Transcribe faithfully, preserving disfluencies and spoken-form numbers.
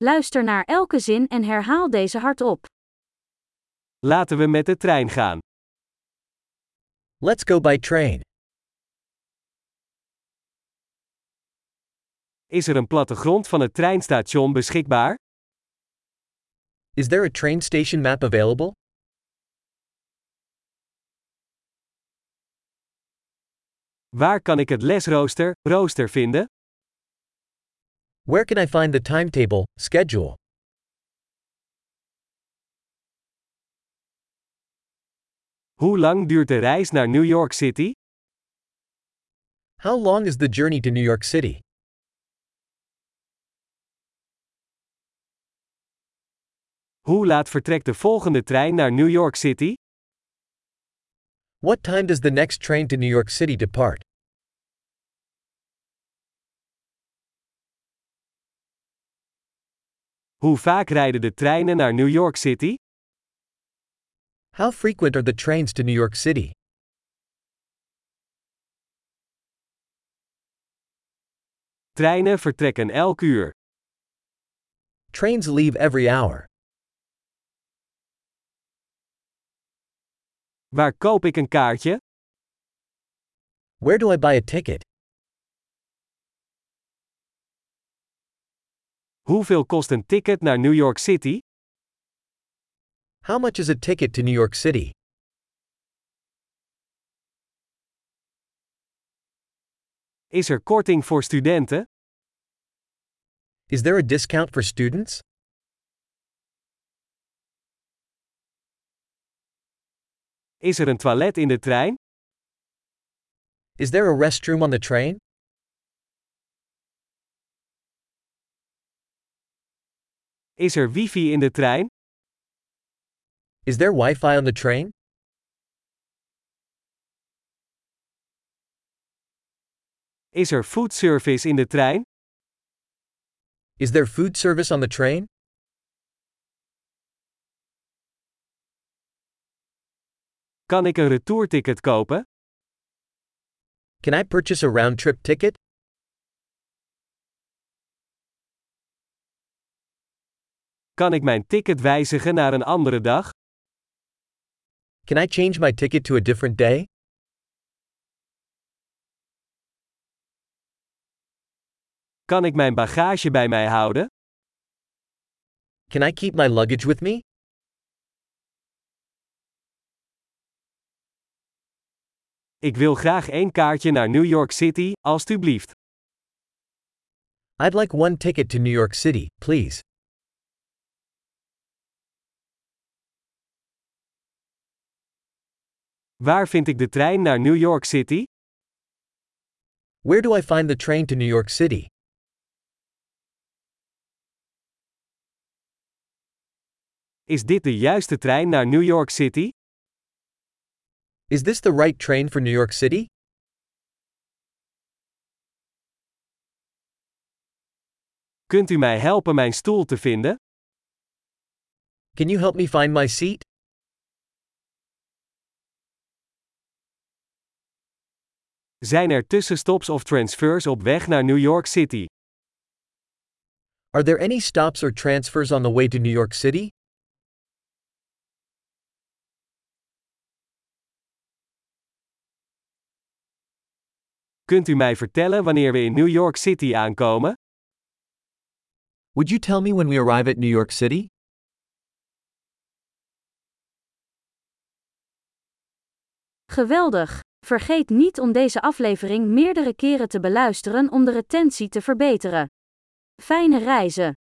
Luister naar elke zin en herhaal deze hardop. Laten we met de trein gaan. Let's go by train. Is er een plattegrond van het treinstation beschikbaar? Is there a train station map available? Waar kan ik het lesrooster, rooster vinden? Where can I find the timetable, schedule? Hoe lang duurt de reis naar New York City? How long is the journey to New York City? Hoe laat vertrekt de volgende trein naar New York City? What time does the next train to New York City depart? Hoe vaak rijden de treinen naar New York City? How frequent are the trains to New York City? Treinen vertrekken elk uur. Trains leave every hour. Waar koop ik een kaartje? Where do I buy a ticket? Hoeveel kost een ticket naar New York City? How much is a ticket to New York City? Is er korting voor studenten? Is there a discount for students? Is er een toilet in de trein? Is there a restroom on the train? Is er wifi in de trein? Is there Wi-Fi on the train? Is er food service in de trein? Is there food service on the train? Kan ik een retourticket kopen? Can I purchase a round-trip ticket? Kan ik mijn ticket wijzigen naar een andere dag? Can I change my ticket to a different day? Kan ik mijn bagage bij mij houden? Can I keep my luggage with me? Ik wil graag één kaartje naar New York City, alstublieft. I'd like one ticket to New York City, please. Waar vind ik de trein naar New York City? Where do I find the train to New York City? Is dit de juiste trein naar New York City? Is this the right train for New York City? Kunt u mij helpen mijn stoel te vinden? Can you help me find my seat? Zijn er tussenstops of transfers op weg naar New York City? Are there any stops or transfers on the way to New York City? Kunt u mij vertellen wanneer we in New York City aankomen? Would you tell me when we arrive at New York City? Geweldig! Vergeet niet om deze aflevering meerdere keren te beluisteren om de retentie te verbeteren. Fijne reizen!